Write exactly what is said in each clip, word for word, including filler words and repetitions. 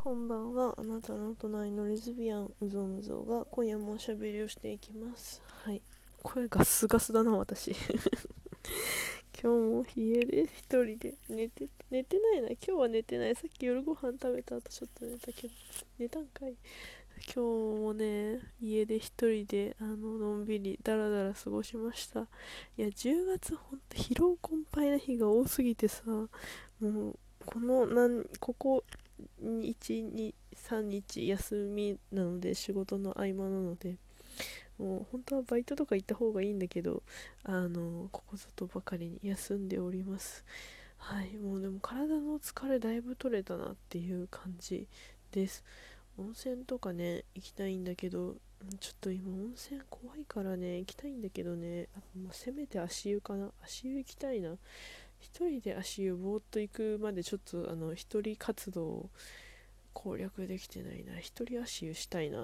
こんばんは。あなたの隣のレズビアンうぞうむぞうが今夜もおしゃべりをしていきます。はい。声ガスガスだな、私。今日も家で一人で寝て、寝てないな。今日は寝てない。さっき夜ご飯食べた後ちょっと寝たけど、寝たんかい。今日もね、家で一人で、あの、のんびり、だらだら過ごしました。いや、じゅうがつほんと疲労困憊な日が多すぎてさ、もう、この、なん、ここ、いち、に、さんにち休みなので、仕事の合間なので、もう本当はバイトとか行った方がいいんだけど、あの、ここぞとばかりに休んでおります。はい、もうでも体の疲れだいぶ取れたなっていう感じです。温泉とかね、行きたいんだけど、ちょっと今温泉怖いからね、行きたいんだけどね、あまあ、せめて足湯かな。足湯行きたいな。一人で足湯ぼーっと行くまでちょっとあの、一人活動を攻略できてないな。一人足湯したいな。はい、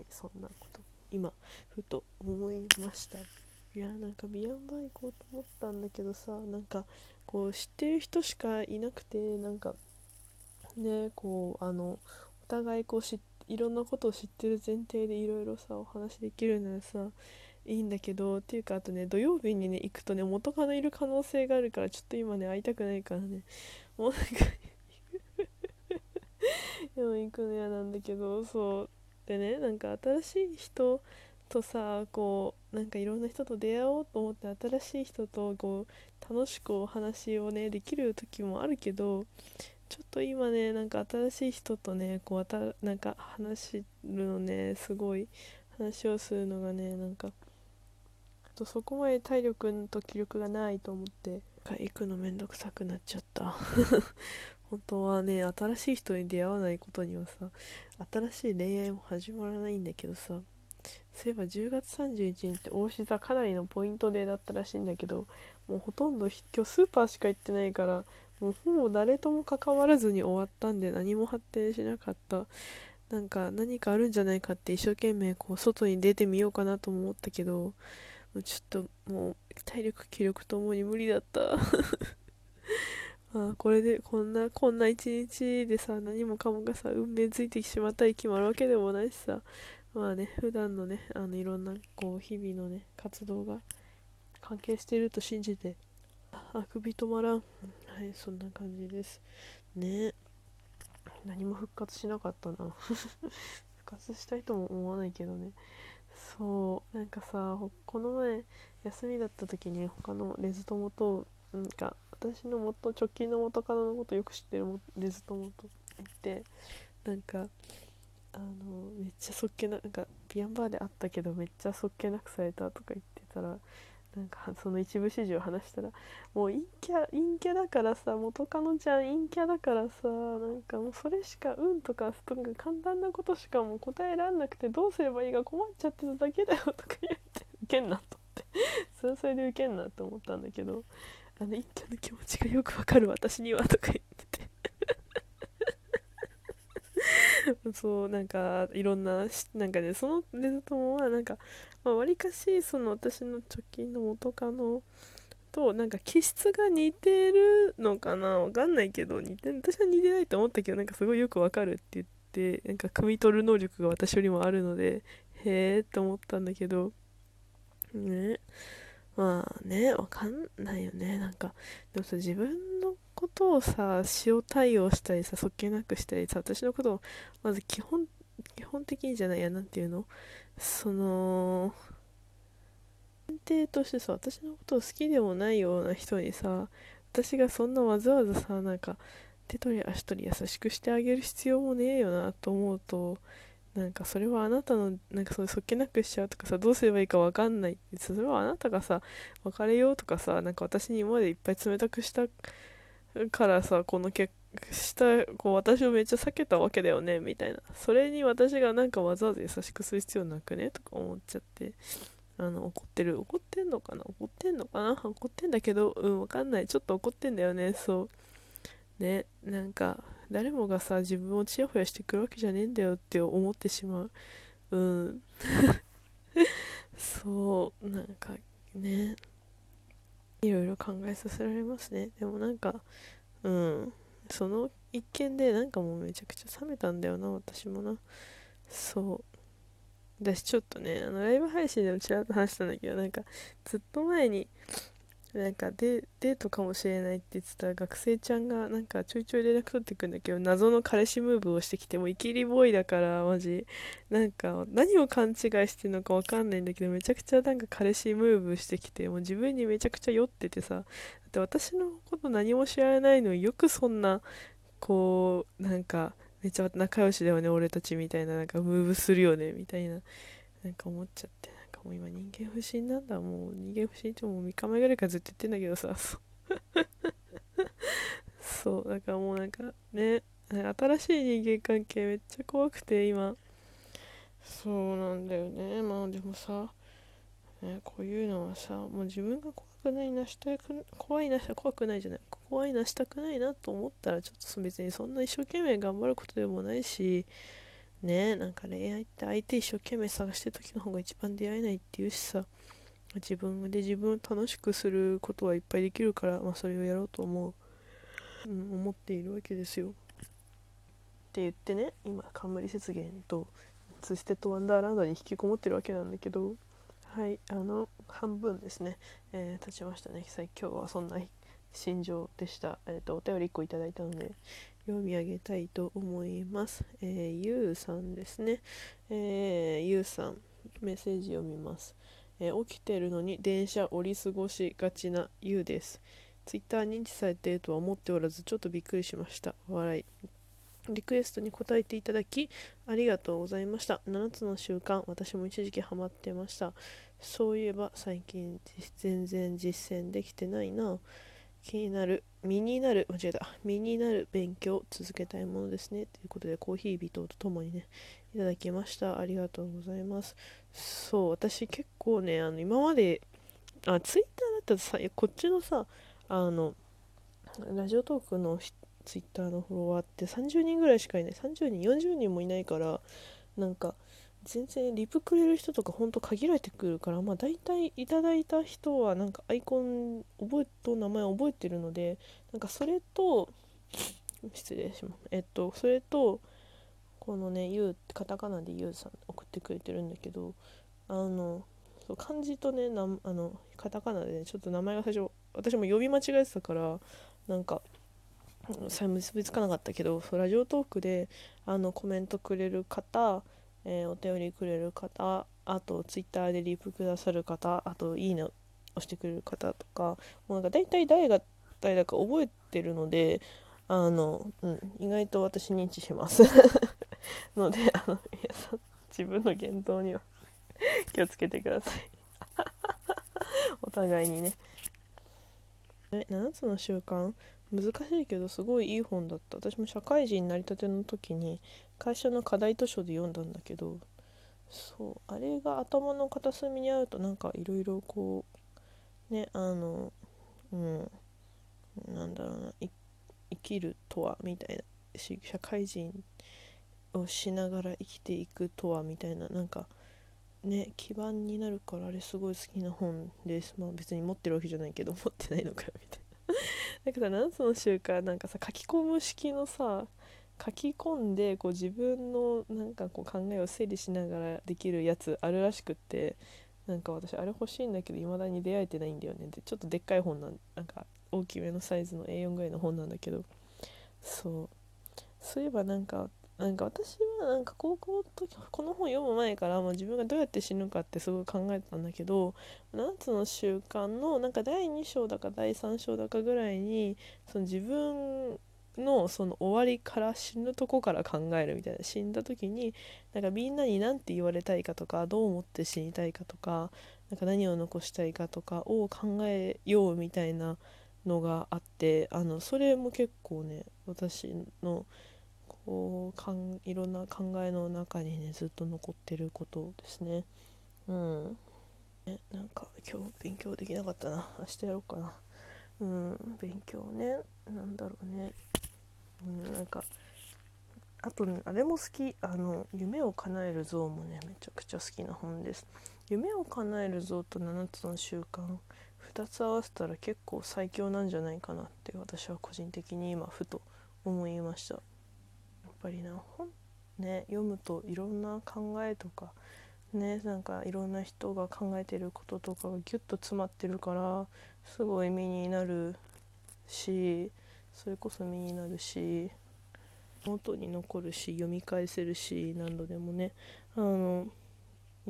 そんなこと今ふと思いました。いやなんかビアンバー行こうと思ったんだけどさ、なんかこう知ってる人しかいなくて、なんかね、こうあのお互いこう知いろんなことを知ってる前提でいろいろさお話できるならさいいんだけど、っていうかあとね土曜日にね行くとね元カノいる可能性があるから、ちょっと今ね会いたくないからね、もうなんかでも行くの嫌なんだけど、そうでね、なんか新しい人とさ、こうなんかいろんな人と出会おうと思って新しい人とこう楽しくお話をねできる時もあるけど、ちょっと今ねなんか新しい人とねこうあたなんか話するのね、すごい話をするのがね、なんかとそこまで体力と気力がないと思って行くのめんどくさくなっちゃった。本当はね、新しい人に出会わないことにはさ、新しい恋愛も始まらないんだけどさ、そういえばじゅうがつさんじゅういちにちって大志座かなりのポイントデーだったらしいんだけど、もうほとんど今日スーパーしか行ってないから、もうほぼ誰とも関わらずに終わったんで何も発展しなかった。なんか何かあるんじゃないかって一生懸命こう外に出てみようかなとも思ったけど、もうちょっともう体力気力ともに無理だった。まあこれでこんなこんな一日でさ、何もかもがさ運命ついてしまったり決まるわけでもないしさ、まあね普段のねあのいろんなこう日々のね活動が関係していると信じて、あくび止まらん。はい、そんな感じですね。何も復活しなかったな。復活したいとも思わないけどね。そうなんかさ、この前休みだった時に他のレズ友と、なんか私の元直近の元カノのことよく知ってるレズ友と言って、なんかあのめっちゃそっけな、なんかビアンバーで会ったけどめっちゃそっけなくされたとか言ってたら、なんかその一部始終話したら、もう陰キャ陰キャだからさ、元カノちゃん陰キャだからさ、なんかもうそれしか運とかとか簡単なことしかもう答えらんなくてどうすればいいか困っちゃってただけだよとか言ってウケんなと思って、それはそれでウケんなと思ったんだけど、あの陰キャの気持ちがよくわかる私にはとか言ってて、そうなんかいろんななんかね、そのレズ友はなんかまあ、わりかしその私の直近の元カノとなんか気質が似てるのかな、わかんないけど、似て私は似てないと思ったけど、なんかすごいよくわかるって言って、なんか汲み取る能力が私よりもあるのでへえって思ったんだけどね。まあね、わかんないよね。なんかでもさ、自分のことをさ塩対応したりさ、そっけなくしたりさ、私のことをまず基本基本的にじゃないや、なんていうの、その前提としてさ、私のことを好きでもないような人にさ、私がそんなわざわざさ、なんか手取り足取り優しくしてあげる必要もねえよなと思うと、なんかそれはあなたのなんかそういうそっけなくしちゃうとかさ、どうすればいいかわかんないって、それはあなたがさ別れようとかさ、なんか私に今までいっぱい冷たくしたからさ、この結したこう私をめっちゃ避けたわけだよねみたいな、それに私がなんかわざわざ優しくする必要なくねとか思っちゃって、あの怒ってる怒ってんのかな怒ってんのかな怒ってんだけど、うんわかんない、ちょっと怒ってんだよね。そうね、なんか誰もがさ自分をチヤホヤしてくるわけじゃねえんだよって思ってしまう。うんそうなんかね、いろいろ考えさせられますね。でもなんかうんその一件でなんかもうめちゃくちゃ冷めたんだよな、私もな。そう私ちょっとね、あのライブ配信でもちらっと話したんだけど、なんかずっと前になんかデ、デートかもしれないって言ってた学生ちゃんがなんかちょいちょい連絡取ってくんだけど、謎の彼氏ムーブをしてきて、もうイキリボーイだからマジなんか何を勘違いしてるのかわかんないんだけど、めちゃくちゃなんか彼氏ムーブしてきて、もう自分にめちゃくちゃ酔っててさ、だって私のこと何も知らないのによくそんなこうなんかめっちゃ仲良しだよね俺たちみたいな、なんかムーブするよねみたいな、なんか思っちゃって、なんかもう今人間不信なんだ。もう人間不信ってもうみっかまえぐらいからずっと言ってんだけどさ、そうそうだからもうなんかね、新しい人間関係めっちゃ怖くて今。そうなんだよね。まあでもさ、ね、こういうのはさ、もう自分が怖くないなしたく怖いなした怖くないじゃない怖いなしたくないなと思ったら、ちょっと別にそんな一生懸命頑張ることでもないしね。なんか恋愛って相手一生懸命探してる時の方が一番出会えないっていうしさ、自分で自分を楽しくすることはいっぱいできるから、まあ、それをやろうと思う、うん、思っているわけですよ。って言ってね、今冠雪原とツーステッドワンダーランドに引きこもってるわけなんだけど、はい、あの半分ですね、えー、経ちましたね。今日はそんな心情でした。えーと、お便りいっこいただいたので読み上げたいと思います。えー、ゆうさんですね。えー、ゆうさん、メッセージ読みます。えー起きてるのに電車降り過ごしがちなゆうです。ツイッター認知されているとは思っておらず、ちょっとびっくりしました。笑い。リクエストに答えていただきありがとうございました。ななつの習慣、私も一時期ハマってました。そういえば最近全然実践できてないな。気になる、身になる、間違えた、身になる勉強を続けたいものですね。ということで、コーヒー微糖とともにね、いただきました。ありがとうございます。そう、私結構ね、あの今まで、あ、ツイッターだったらさ、こっちのさ、あの、ラジオトークのツイッターのフォロワーってさんじゅうにんぐらいしかいない。さんじゅうにん、よんじゅうにんもいないから、なんか、全然リプくれる人とかほんと限られてくるから、まあ大体いただいた人はなんかアイコン覚えと名前覚えてるので、なんかそれと、失礼します。えっと、それと、このね、ゆうってカタカナでゆうさん送ってくれてるんだけど、あの、そう漢字とね、なあのカタカナでね、ちょっと名前が最初、私も呼び間違えてたから、なんか、さ結びつかなかったけど、そうラジオトークであのコメントくれる方、えーお便りくれる方、あとツイッターでリプくださる方、あといいね押してくれる方とか、もうなんか大体誰が誰だか覚えてるので、あの、うん、意外と私認知しますので、あの皆さん自分の言動には気をつけてくださいお互いにね。えななつの習慣、難しいけどすごいいい本だった。私も社会人になりたての時に会社の課題図書で読んだんだけど、そうあれが頭の片隅にあると、なんかいろいろこうね、あのうんなんだろうな、い生きるとはみたいな、し社会人をしながら生きていくとはみたいな、なんかね基盤になるから、あれすごい好きな本です。まあ別に持ってるわけじゃないけど、持ってないのかよみたいな。だから何その習慣、なんかさ、書き込む式のさ、書き込んでこう自分のなんかこう考えを整理しながらできるやつあるらしくって、なんか私あれ欲しいんだけど未だに出会えてないんだよね。でちょっとでっかい本なん、なんか大きめのサイズの エーよん ぐらいの本なんだけど、そうそういえばなんかなんか私はなんか高校の時、この本読む前からもう自分がどうやって死ぬかってすごい考えてたんだけど、ななつの習慣のなんかだいに章だかだいさん章だかぐらいに、その自分のその終わりから死ぬとこから考えるみたいな、死んだ時になんかみんなに何て言われたいかとか、どう思って死にたいかとか、なんか何を残したいかとかを考えようみたいなのがあって、あのそれも結構ね、私のこうかんいろんな考えの中にねずっと残ってることですね。うん。ね、なんか今日勉強できなかったな。明日やろうかな。うん、勉強ね。なんだろうね。うん、なんかあとね、あれも好き。あの夢を叶える像もねめちゃくちゃ好きな本です。夢を叶える像とななつの習慣、ふたつ合わせたら結構最強なんじゃないかなって私は個人的に今ふと思いました。やっぱりな、本ね読むといろんな考えとかね、なんかいろんな人が考えてることとかがギュッと詰まってるからすごい身になるし、それこそ身になるし元に残るし読み返せるし何度でもね、あの、うん、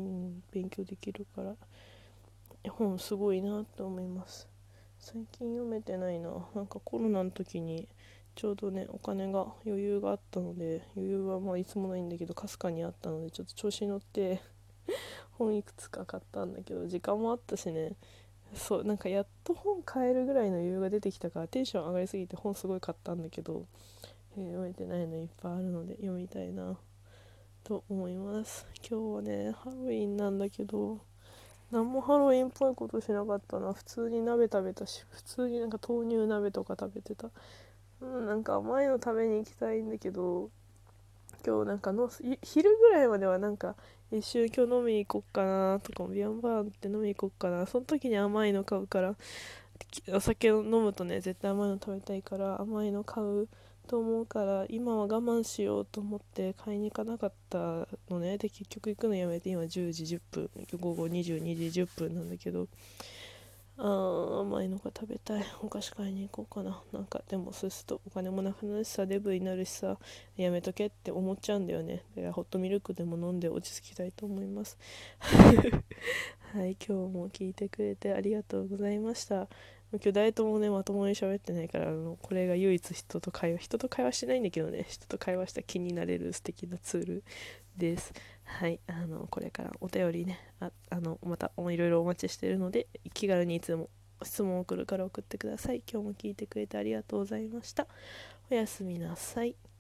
勉強できるから本すごいなと思います。最近読めてないな。なんかコロナの時にちょうどねお金が余裕があったので、余裕はまあいつもないんだけどかすかにあったのでちょっと調子に乗って本いくつか買ったんだけど、時間もあったしね、そうなんかやっと本買えるぐらいの余裕が出てきたからテンション上がりすぎて本すごい買ったんだけど、えー読めてないのいっぱいあるので読みたいなと思います。今日はねハロウィンなんだけど何もハロウィンっぽいことしなかったな。普通に鍋食べたし、普通になんか豆乳鍋とか食べてた。うん、なんか甘いの食べに行きたいんだけど、今日なんかの昼ぐらいまではなんか一瞬今日飲みに行こっかなとか、ビアンバーンって飲みに行こっかな、その時に甘いの買うから、お酒を飲むとね絶対甘いの食べたいから甘いの買うと思うから、今は我慢しようと思って買いに行かなかったのね。で結局行くのやめて今じゅうじじゅっぷん、午後にじゅうにじじゅっぷんなんだけど、あー甘いのが食べたい。お菓子買いに行こうかな。なんかでもそうするとお金もなくなるしさ、デブになるしさ、やめとけって思っちゃうんだよね。だからホットミルクでも飲んで落ち着きたいと思います。はい、今日も聞いてくれてありがとうございました。今日誰ともねまともに喋ってないから、あのこれが唯一人と会話人と会話しないんだけどね、人と会話した気になれる素敵なツールです。はい、あのこれからお便りね、ああのまたいろいろお待ちしているので、気軽にいつでも質問を送るから送ってください。今日も聞いてくれてありがとうございました。おやすみなさい。